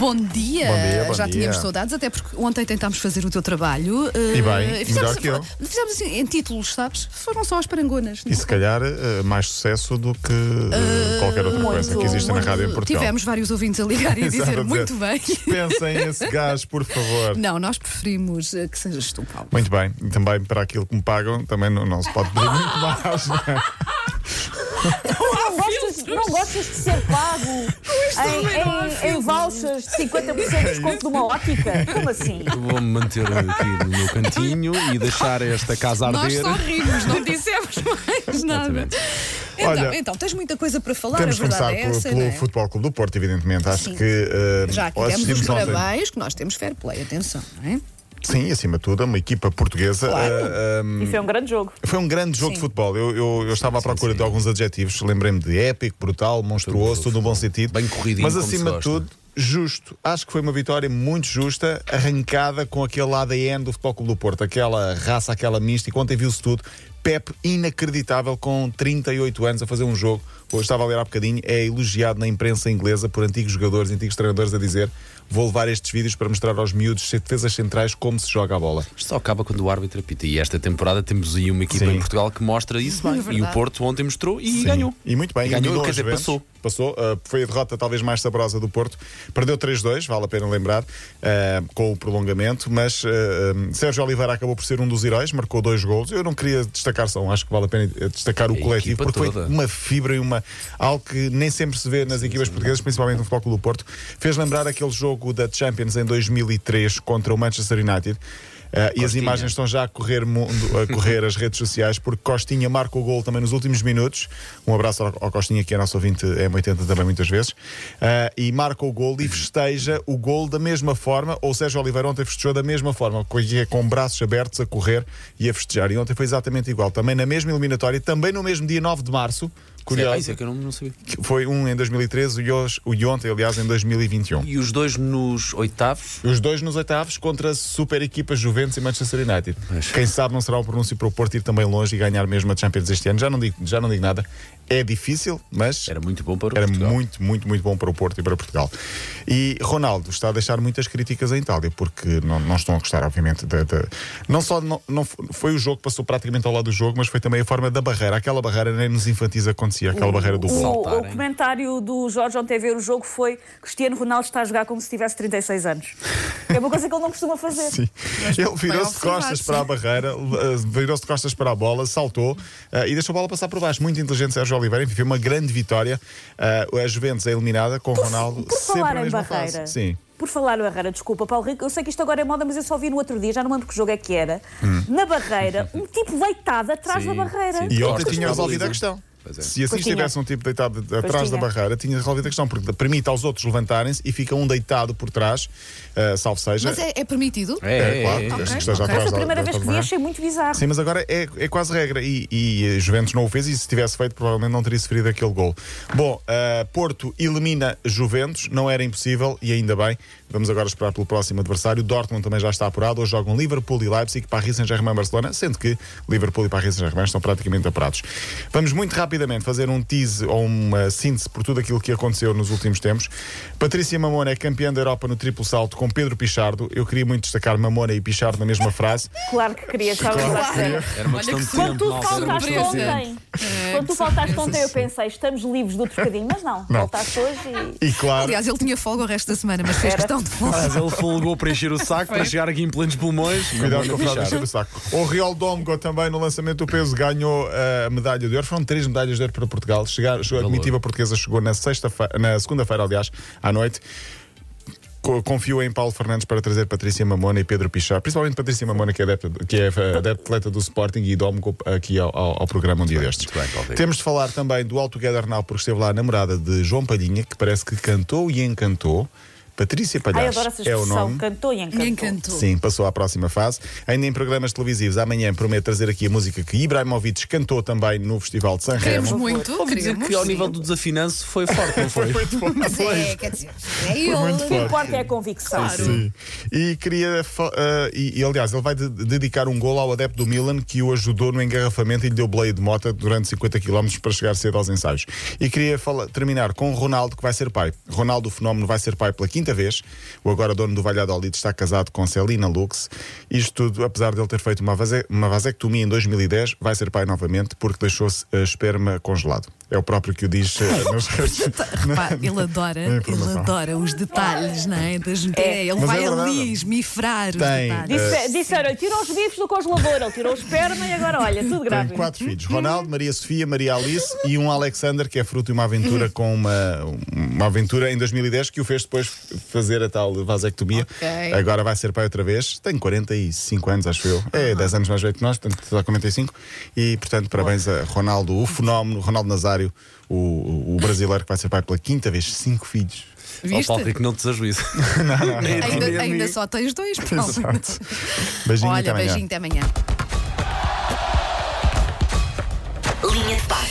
Bom dia. Bom Já dia. tínhamos saudades, até porque ontem tentámos fazer o teu trabalho. E bem, melhor que eu. Fizemos assim, em títulos, sabes? Foram só as parangonas. E se calhar mais sucesso do que qualquer outra coisa que existe na rádio em Portugal. Tivemos vários ouvintes a ligar e a dizer Exato, muito bem. Dispensem esse gás, por favor. Não, nós preferimos que sejas tu, Paulo. Muito bem, e também para aquilo que me pagam, também não se pode pedir muito mais. Não é? Não gostas de ser pago em vouchers de 50% de desconto de uma ótica? Como assim? Vou-me manter aqui no meu cantinho e deixar esta casa arder. Nós só rimos, não dissemos mais nada. Exatamente. Então, tens muita coisa para falar, Temos a que verdade começar é essa, pelo não é? Futebol Clube do Porto, evidentemente. Acho Sim. que Já aqui demos os assistimos ontem. parabéns, que nós temos fair play, atenção, não é? Sim, acima de tudo, uma equipa portuguesa. E foi um grande jogo. Foi um grande jogo Sim. de futebol. Eu estava à procura de alguns adjetivos. Lembrei-me de épico, brutal, monstruoso, tudo no bom sentido. Bem corridinho, mas como se acima de gosta. tudo, justo. Acho que foi uma vitória muito justa, arrancada com aquele ADN do Futebol Clube do Porto, aquela raça, aquela mística. Ontem viu-se tudo. Pepe, inacreditável, com 38 anos a fazer um jogo. Hoje estava a ler há bocadinho, é elogiado na imprensa inglesa por antigos jogadores, antigos treinadores a dizer: vou levar estes vídeos para mostrar aos miúdos, defesas centrais, como se joga a bola. Isto só acaba quando o árbitro apita. E esta temporada temos aí uma equipa Sim. em Portugal que mostra isso bem. verdade. E o Porto ontem mostrou e Sim. ganhou. E muito bem. E ganhou, eliminou quer os dizer, Juventus. passou. Foi a derrota talvez mais saborosa do Porto. Perdeu 3-2, vale a pena lembrar, com o prolongamento, mas Sérgio Oliveira acabou por ser um dos heróis, marcou 2 golos. Eu não queria destacar só um, acho que vale a pena destacar o coletivo, equipa porque foi toda. uma fibra e algo que nem sempre se vê nas equipas portuguesas, principalmente no Futebol Clube do Porto. Fez lembrar aquele jogo da Champions em 2003 contra o Manchester United. E as imagens estão já a correr as redes sociais, porque Costinha marca o gol também nos últimos minutos. Um abraço ao Costinha, que é nosso ouvinte M80 também muitas vezes. E marca o gol e festeja o gol da mesma forma. Ou Sérgio Oliveira ontem festejou da mesma forma, com braços abertos a correr e a festejar. E ontem foi exatamente igual. Também na mesma eliminatória, também no mesmo dia 9 de março. Curioso. Isso é que eu não sabia. Foi um em 2013 e ontem, aliás, em 2021. E os dois nos oitavos? Os dois nos oitavos contra super equipas Juventus e Manchester United. Quem sabe não será um pronúncio para o Porto ir também longe e ganhar mesmo a Champions este ano. Já não digo nada. É difícil, mas Era muito bom para o era Portugal. muito bom para o Porto e para Portugal. E Ronaldo está a deixar muitas críticas em Itália, porque não estão a gostar, obviamente, não foi o jogo que passou praticamente ao lado do jogo, mas foi também a forma da barreira. Aquela barreira nem nos infantis acontecia, aquela barreira do gol. O comentário do Jorge ontem a ver o jogo foi: Cristiano Ronaldo está a jogar como se tivesse 36 anos. É uma coisa que ele não costuma fazer. Sim. Ele virou-se de costas para a barreira, virou-se de costas para a bola, saltou e deixou a bola passar por baixo. Muito inteligente Sérgio Oliveira, enfim, foi uma grande vitória. A Juventus é eliminada com Ronaldo Por sempre falar na em mesma barreira, fase. Sim. Por falar em barreira, desculpa, Paulo Rico, eu sei que isto agora é moda, mas eu só vi no outro dia, já não lembro que jogo é que era. Na barreira, um tipo deitado atrás da barreira. sim. E ontem Costas tinha para a resolvido a baliza. questão. Pois é. Se assim Pois tinha. tivesse um tipo deitado atrás da tinha. barreira, tinha resolvido a questão, porque permite aos outros levantarem-se e fica um deitado por trás, salvo seja. Mas é permitido? Claro, Ok, este que esteja ok. atrás Foi a da primeira vez que vi, barreira. achei muito bizarro. Sim, mas agora é quase regra e a Juventus não o fez, e se tivesse feito provavelmente não teria sofrido aquele gol. Bom, Porto elimina Juventus, não era impossível e ainda bem. Vamos agora esperar pelo próximo adversário. Dortmund também já está apurado. Hoje jogam Liverpool e Leipzig, Paris Saint-Germain, Barcelona, sendo que Liverpool e Paris Saint-Germain estão praticamente apurados. Vamos muito rapidamente fazer um tease ou uma síntese por tudo aquilo que aconteceu nos últimos tempos. Patrícia Mamona é campeã da Europa no triplo salto com Pedro Pichardo. Eu queria muito destacar Mamona e Pichardo na mesma frase. Claro que queria, estava a dizer. Era uma Olha questão que de sim. Quando tempo, tu malta, era uma faltaste questão de tempo. ontem, quando tu faltaste ontem, eu pensei, estamos livres do trocadinho, mas não, faltaste hoje e... E claro, Aliás, ele tinha folga o resto da semana, mas fez questão de folga. Mas ele folgou para encher o saco, para chegar aqui em plenos pulmões. cuidado com a frase de Pichardo. encher o saco. O Real Domgo também no lançamento do peso ganhou a medalha de ouro. Foram 3 medalhas de ouro para Portugal. A comitiva portuguesa chegou na segunda-feira, aliás, à noite. Confio em Paulo Fernandes para trazer Patrícia Mamona e Pedro Pichardo, principalmente Patrícia Mamona, que é atleta do Sporting, e Domgo aqui ao programa um dia destes. Muito bem, Paulo Rico. Temos de falar também do All Together Now, porque esteve lá a namorada de João Palhinha, que parece que cantou e encantou. Patrícia Ai, Palhares adoro essa é o expressão, nome. cantou e Me encantou. encantou. Sim, passou à próxima fase. Ainda em programas televisivos, amanhã prometo trazer aqui a música que Ibrahimovic cantou também no Festival de Sanremo. Queremos muito, Ouvi dizer queremos. que ao sim. nível do desafinanço foi forte, não foi? Mas quer dizer, é ele. muito O que importa é a convicção. Sim. E queria. Aliás, ele vai dedicar um golo ao adepto do Milan que o ajudou no engarrafamento e lhe deu boleia de moto durante 50 km para chegar cedo aos ensaios. E queria terminar com Ronaldo, que vai ser pai. Ronaldo, o fenómeno, vai ser pai pela quinta quinta vez. O agora dono do Valladolid está casado com Celina Lux. Isto tudo, apesar de ele ter feito uma vasectomia em 2010, vai ser pai novamente porque deixou-se esperma congelado. É o próprio que o diz nas redes. Repare, ele adora os detalhes, não é? Ele Mas vai é verdade. ali esmifrar os Tem, detalhes. Disseram, tirou os bifes do congelador, ele tirou o esperma e agora, olha, tudo Tem grávido. 4 filhos: Ronaldo, Maria Sofia, Maria Alice e um Alexander, que é fruto de uma aventura com uma aventura em 2010 que o fez depois fazer a tal vasectomia. Ok. Agora vai ser pai outra vez. Tem 45 anos, acho eu. É 10 anos mais velho que nós, portanto está com 45. E portanto, parabéns a Ronaldo, o fenómeno, Ronaldo Nazário, o brasileiro que vai ser pai pela quinta vez, 5 filhos. Ó Viste? Paulo Rico, não te desajuízo. Ainda só tens 2, Paulo. Beijinho, Olha, até amanhã. beijinho, até amanhã.